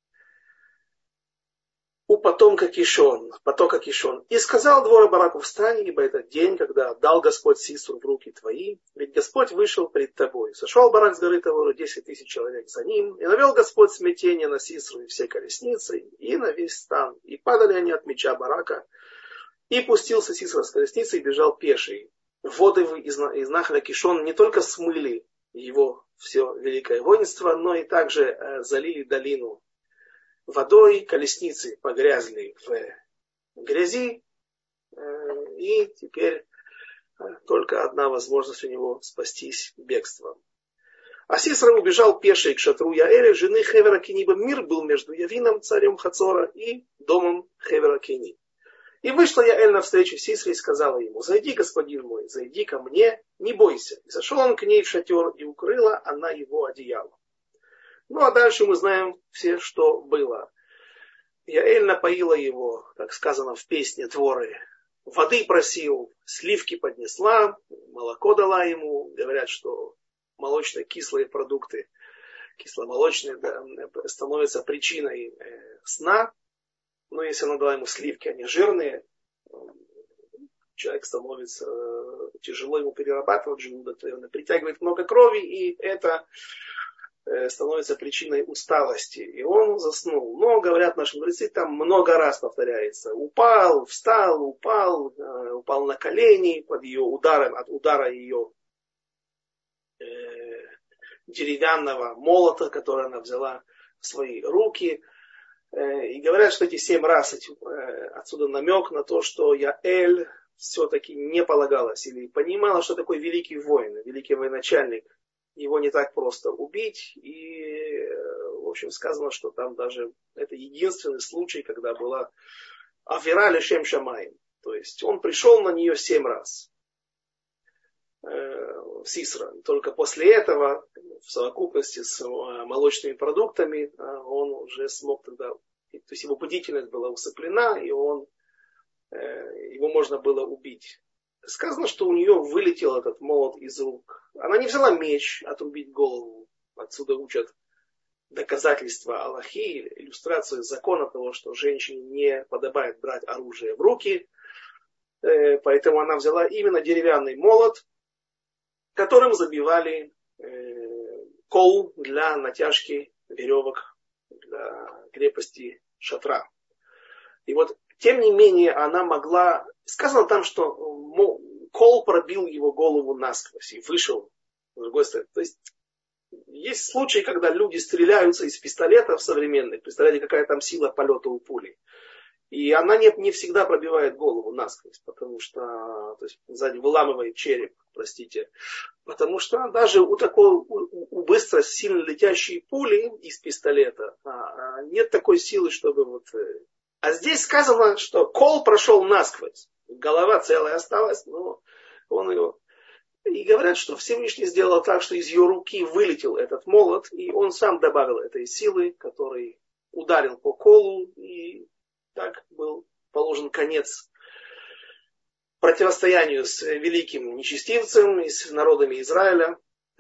У потока Кишон. И сказал двое Бараку: встань, ибо этот день, когда отдал Господь Сисру в руки твои, ведь Господь вышел пред тобой. Сошел Барак с горы Тавора, 10 000 человек за ним, и навел Господь смятение на Сисру и все колесницы, и на весь стан. И падали они от меча Барака, и пустился Сисра с колесницы и бежал пеший. Воды из Нахаля Кишон не только смыли его все великое воинство, но и также залили долину водой, колесницы погрязли в грязи, и теперь только одна возможность у него спастись бегством. А Сисра убежал пеший к шатру Яэля, жены Хевера Кени, ибо мир был между Явином, царем Хацора, и домом Хевера Кени. И вышла Яэль навстречу Сисре и сказала ему: зайди, господин мой, зайди ко мне, не бойся. И зашел он к ней в шатер, и укрыла она его одеялом. Ну а дальше мы знаем все, что было. Яэль напоила его, как сказано в песне Дворы. Воды просил, сливки поднесла, молоко дала ему. Говорят, что молочно-кислые продукты, кисломолочные, да, становятся причиной сна. Но если она дала ему сливки, они жирные, человек становится, тяжело ему перерабатывать желудок, наверное, притягивает много крови, и это становится причиной усталости. И он заснул. Но, говорят наши мудрецы, там много раз повторяется. Упал, встал, упал, упал на колени под ее ударом, от удара ее деревянного молота, который она взяла в свои руки. И говорят, что эти 7 раз отсюда намек на то, что Яэль все-таки не полагалась или понимала, что такой великий воин, великий военачальник. Его не так просто убить. И, в общем, сказано, что там даже это единственный случай, когда была авера лешем шамаим. То есть он пришел на нее 7 раз. Сисра. Только после этого, в совокупности с молочными продуктами, он уже смог тогда, то есть его бдительность была усыплена, и его можно было убить. Сказано, что у нее вылетел этот молот из рук. Она не взяла меч отрубить голову. Отсюда учат доказательства Аллахи, иллюстрацию закона того, что женщине не подобает брать оружие в руки. Поэтому она взяла именно деревянный молот, которым забивали кол для натяжки веревок для крепости шатра. И вот, тем не менее, она могла... Сказано там, что кол пробил его голову насквозь и вышел с другой стороны. То есть случаи, когда люди стреляются из пистолетов современных. Представляете, какая там сила полета у пули. И она не всегда пробивает голову насквозь, потому что, то есть, сзади выламывает череп, простите. Потому что даже у быстро сильно летящей пули из пистолета нет такой силы, чтобы вот... А здесь сказано, что кол прошел насквозь. Голова целая осталась, но он его... И говорят, что Всевышний сделал так, что из ее руки вылетел этот молот, и он сам добавил этой силы, который ударил по колу, и так был положен конец противостоянию с великим нечестивцем и с народами Израиля.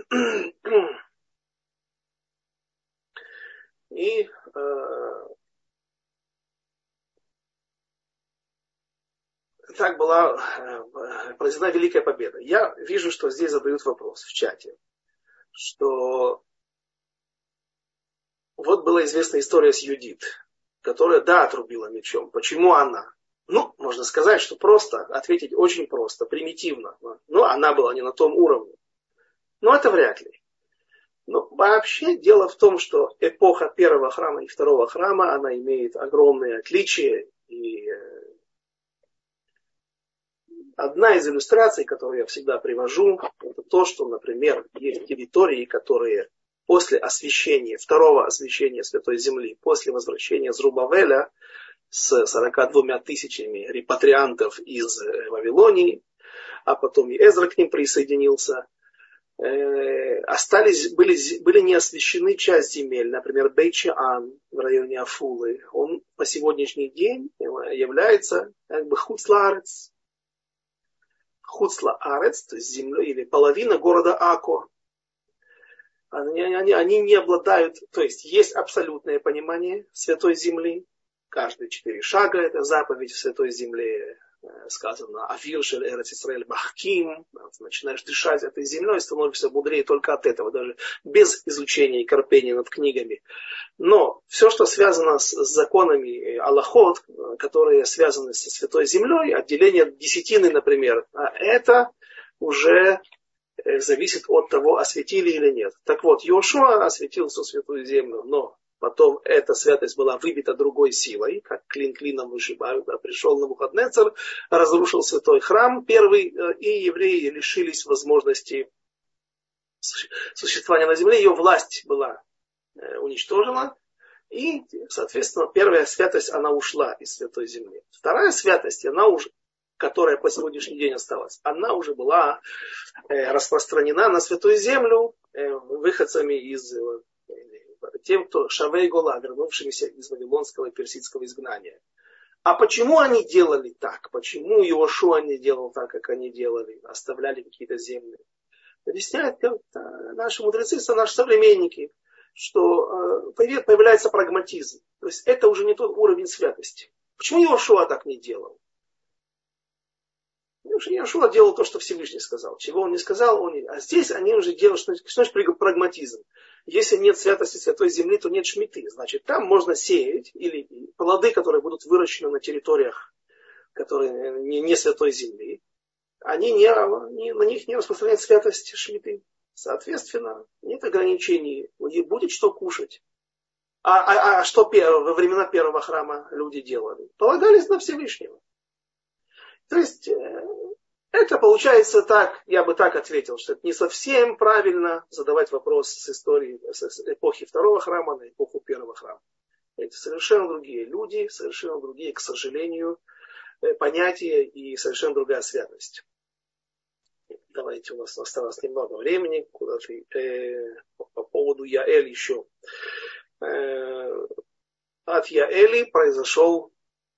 И так была произведена великая победа. Я вижу, что здесь задают вопрос в чате, что вот была известная история с Юдит, которая, да, отрубила мечом. Почему она? Ну, можно сказать, что просто, ответить очень просто, примитивно. Но она была не на том уровне. Но это вряд ли. Но вообще дело в том, что эпоха первого храма и второго храма, она имеет огромные отличия. И одна из иллюстраций, которую я всегда привожу, это то, что, например, есть территории, которые после освящения, второго освящения Святой Земли, после возвращения Зрубавеля с 42 тысячами репатриантов из Вавилонии, а потом и Эзра к ним присоединился, были не освящены часть земель, например, Бейт-Шеан в районе Афулы. Он по сегодняшний день является как бы Хуцла-Арец, то есть земля или половина города Ако. Они не обладают, то есть абсолютное понимание Святой Земли. Каждые 4 шага это заповедь в Святой Земле. Сказано, Авир шель Эрец Исраэль Бахким. Начинаешь дышать этой землей, становишься мудрее только от этого, даже без изучения и корпения над книгами. Но все, что связано с законами Аллахот, которые связаны со Святой Землей, отделение десятины, например, это уже зависит от того, осветили или нет. Так вот, Йошуа осветил всю Святую Землю, но потом эта святость была выбита другой силой, как клин клином вышибают. Да, пришел Навуходоносор, разрушил святой храм первый, и евреи лишились возможности существования на земле. Ее власть была уничтожена, и, соответственно, первая святость, она ушла из святой земли. Вторая святость, которая по сегодняшний день осталась, она уже была распространена на святую землю выходцами из... тем, кто Шавей Гола, вернувшимися из вавилонского и персидского изгнания. А почему они делали так? Почему Иошуа не делал так, как они делали? Оставляли какие-то земли? Объясняют наши мудрецы, наши современники, что появляется прагматизм. То есть это уже не тот уровень святости. Почему Иошуа так не делал? что Иешуа делал то, что Всевышний сказал. Чего он не сказал, он не... А здесь они уже делают, что значит прагматизм. Если нет святости святой земли, то нет шмиты. Значит, там можно сеять, или плоды, которые будут выращены на территориях, которые не святой земли, они на них не распространяют святость шмиты. Соответственно, нет ограничений, будет что кушать. А что во времена первого храма люди делали? Полагались на Всевышнего. То есть, это получается так, я бы так ответил, что это не совсем правильно задавать вопрос с истории с эпохи второго храма на эпоху первого храма. Это совершенно другие люди, совершенно другие, к сожалению, понятия и совершенно другая святость. Давайте, у нас осталось немного времени куда-то, по поводу Яэль еще. От Яэли произошел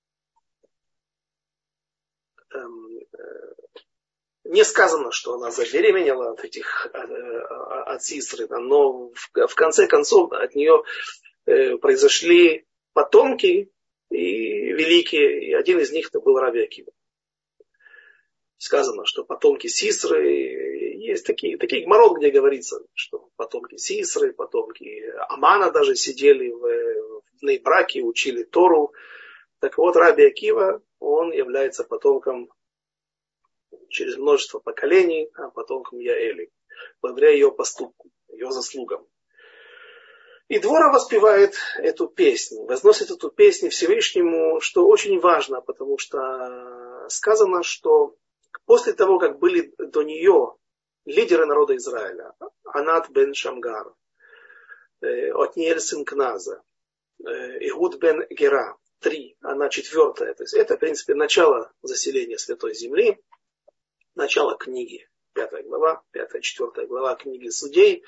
не сказано, что она забеременела от Сисры, но в конце концов от нее произошли потомки и великие, и один из них был Раби Акива. Сказано, что потомки Сисры, есть такие гмарот, где говорится, что потомки Сисры, потомки Амана даже сидели в Нейбраке, учили Тору. Так вот, Раби Акива, он является потомком через множество поколений, потомком Яэли, благодаря ее поступку, ее заслугам. И Двора воспевает эту песню, возносит эту песню Всевышнему, что очень важно, потому что сказано, что после того, как были до нее лидеры народа Израиля, Анат бен Шамгар, Отниэль сын Кназа, Игуд бен Гера, 3, она 4. То есть это, в принципе, начало заселения Святой Земли, начало книги, 5 глава, 5-4 глава книги Судей.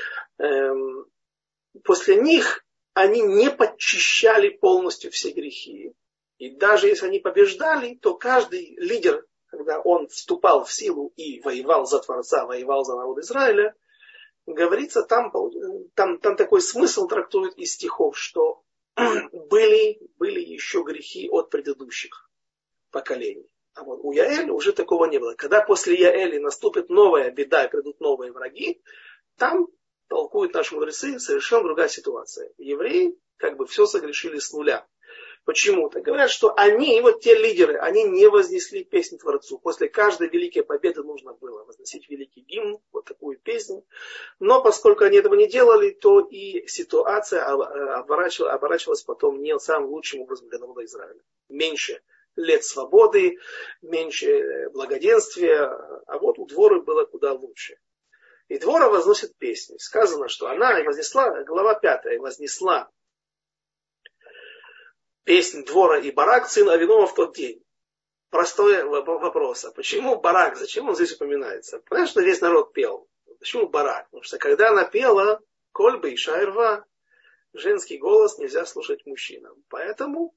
После них они не подчищали полностью все грехи. И даже если они побеждали, то каждый лидер, когда он вступал в силу и воевал за Творца, воевал за народ Израиля, говорится, там такой смысл трактует из стихов, что были еще грехи от предыдущих поколений. А вот у Яэли уже такого не было. Когда после Яэли наступит новая беда и придут новые враги, там, толкуют наши мудрецы, совершенно другая ситуация. Евреи как бы все согрешили с нуля. Почему-то говорят, что они, вот те лидеры, они не вознесли песнь Творцу. После каждой великой победы нужно было возносить великий гимн, вот такую песню. Но поскольку они этого не делали, то и ситуация оборачивалась потом не самым лучшим образом для народа Израиля. Меньше лет свободы, меньше благоденствия, а вот у Дворы было куда лучше. И Двора возносит песню. Сказано, что она вознесла, глава 5, вознесла песнь Двора и Барак, сын Авинома, в тот день. Простой вопрос. А почему Барак? Зачем он здесь упоминается? Понятно, что весь народ пел. Почему Барак? Потому что когда она пела Кольба и Шайрва, женский голос нельзя слушать мужчинам. Поэтому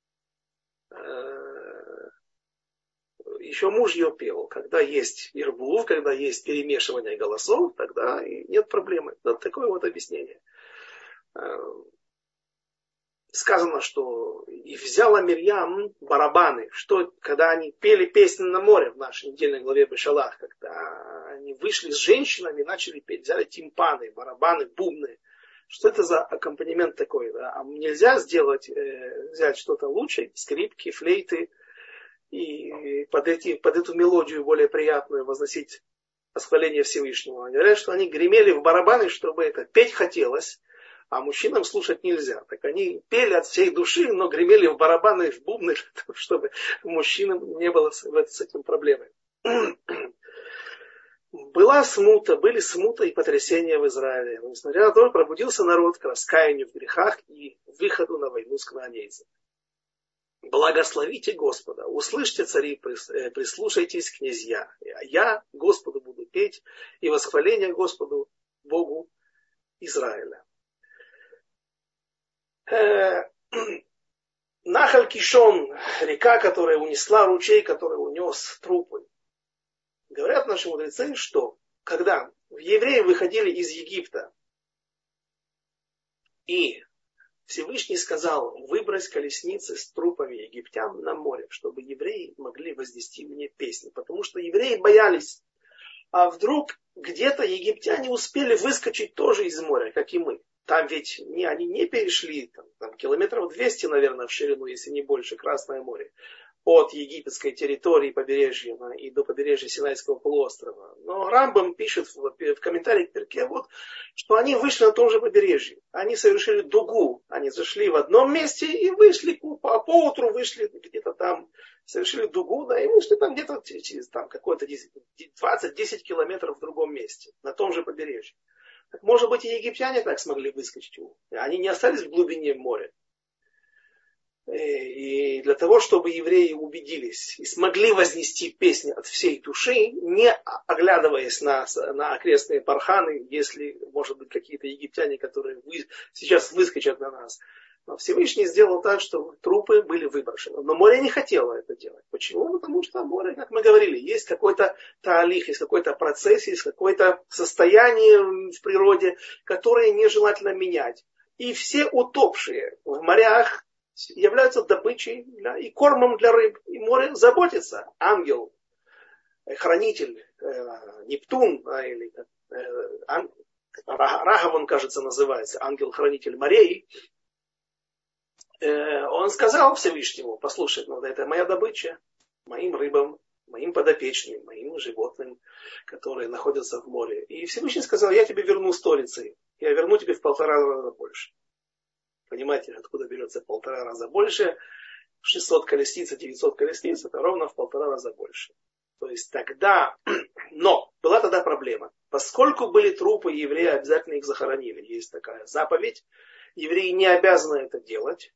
еще муж ее пел. Когда есть ирбув, когда есть перемешивание голосов, тогда и нет проблемы. Вот такое вот объяснение. Сказано, что и взяла Мирьям барабаны, что когда они пели песни на море в нашей недельной главе Бешалах, когда они вышли с женщинами и начали петь, взяли тимпаны, барабаны, бубны. Что это за аккомпанемент такой? Да? А нельзя взять что-то лучше, скрипки, флейты, и под эту мелодию более приятную возносить восхваление Всевышнего. Они говорят, что они гремели в барабаны, чтобы это петь хотелось, а мужчинам слушать нельзя. Так они пели от всей души, но гремели в барабаны и в бубны, чтобы мужчинам не было с этим проблемы. Были смута и потрясения в Израиле. Но, несмотря на то, пробудился народ к раскаянию в грехах и выходу на войну с кнаанейцами. Благословите Господа, услышьте, цари, прислушайтесь, князья. А я Господу буду петь и восхваление Господу, Богу Израиля. Нахаль Кишон, река, которая унесла, ручей, который унес трупы. Говорят наши мудрецы, что когда евреи выходили из Египта и Всевышний сказал: выбрось колесницы с трупами египтян на море, чтобы евреи могли вознести мне песни. Потому что евреи боялись, а вдруг где-то египтяне успели выскочить тоже из моря, как и мы. Там ведь они не перешли там километров 200, наверное, в ширину, если не больше, Красное море. От египетской территории побережья и до побережья Синайского полуострова. Но Рамбам пишет в комментарии к Перке, что они вышли на том же побережье. Они совершили дугу. Они зашли в одном месте и вышли, а поутру вышли где-то там, совершили дугу, да, и вышли там где-то через какое-то 20-10 километров в другом месте, на том же побережье. Так, может быть, и египтяне так смогли выскочить. Они не остались в глубине моря. И для того, чтобы евреи убедились и смогли вознести песни от всей души, не оглядываясь на окрестные парханы, если, может быть, какие-то египтяне, которые сейчас выскочат на нас. Но Всевышний сделал так, что трупы были выброшены. Но море не хотело это делать. Почему? Потому что море, как мы говорили, есть какой-то таалих, есть какой-то процесс, есть какое-то состояние в природе, которое нежелательно менять. И все утопшие в морях являются добычей и кормом для рыб. И море заботится. Ангел, хранитель, Нептун, или Рахав, он, кажется, называется, ангел-хранитель морей, он сказал Всевышнему: послушай, это моя добыча, моим рыбам, моим подопечным, моим животным, которые находятся в море. И Всевышний сказал: я тебе верну столицей, я верну тебе в 1,5 раза больше. Понимаете, откуда берется 1,5 раза больше? 600 колесниц и 900 колесниц, это ровно в 1,5 раза больше. То есть тогда, но была тогда проблема. Поскольку были трупы, евреи обязательно их захоронили. Есть такая заповедь. Евреи не обязаны это делать.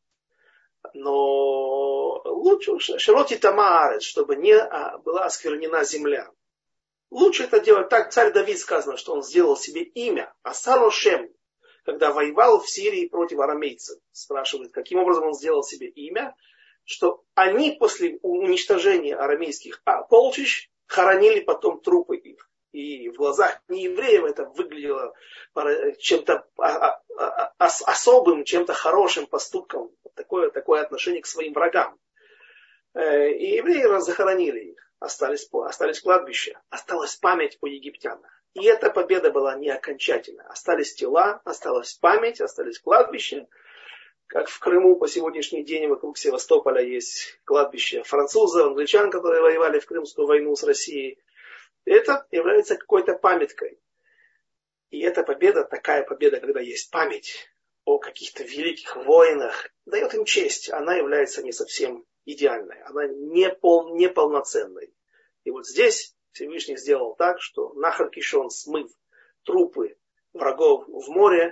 Но лучше широти тамаарец, чтобы не была осквернена земля. Лучше это делать так. Царь Давид сказано, что он сделал себе имя. Асарошем, когда воевал в Сирии против арамейцев. Спрашивают, каким образом он сделал себе имя. Что они после уничтожения арамейских полчищ хоронили потом трупы их. И в глазах неевреев это выглядело чем-то особым, чем-то хорошим поступком. Такое отношение к своим врагам. И евреи захоронили их. Остались кладбища. Осталась память о египтянах. И эта победа была не окончательна. Остались тела, осталась память, остались кладбища. Как в Крыму по сегодняшний день вокруг Севастополя есть кладбище французов, англичан, которые воевали в Крымскую войну с Россией. Это является какой-то памяткой. И эта победа, такая победа, когда есть память о каких-то великих воинах, дает им честь. Она является не совсем идеальной. Она не полноценной. И вот здесь Всевышний сделал так, что Нахар Кишон, смыв трупы врагов в море,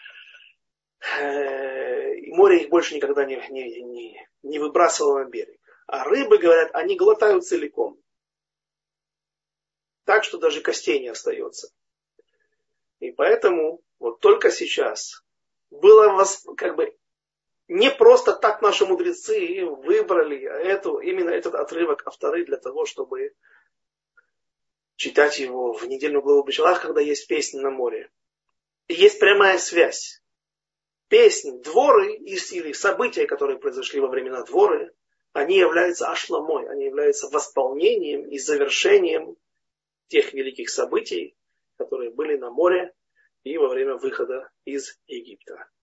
и море их больше никогда не выбрасывало на берег. А рыбы, говорят, они глотают целиком. Так, что даже костей не остается. И поэтому вот только сейчас было не просто так наши мудрецы выбрали именно этот отрывок авторы для того, чтобы читать его в недельную главу Бешалах, когда есть песни на море. И есть прямая связь. Песни, дворы или события, которые произошли во времена дворы, они являются ашламой, они являются восполнением и завершением тех великих событий, которые были на море и во время выхода из Египта.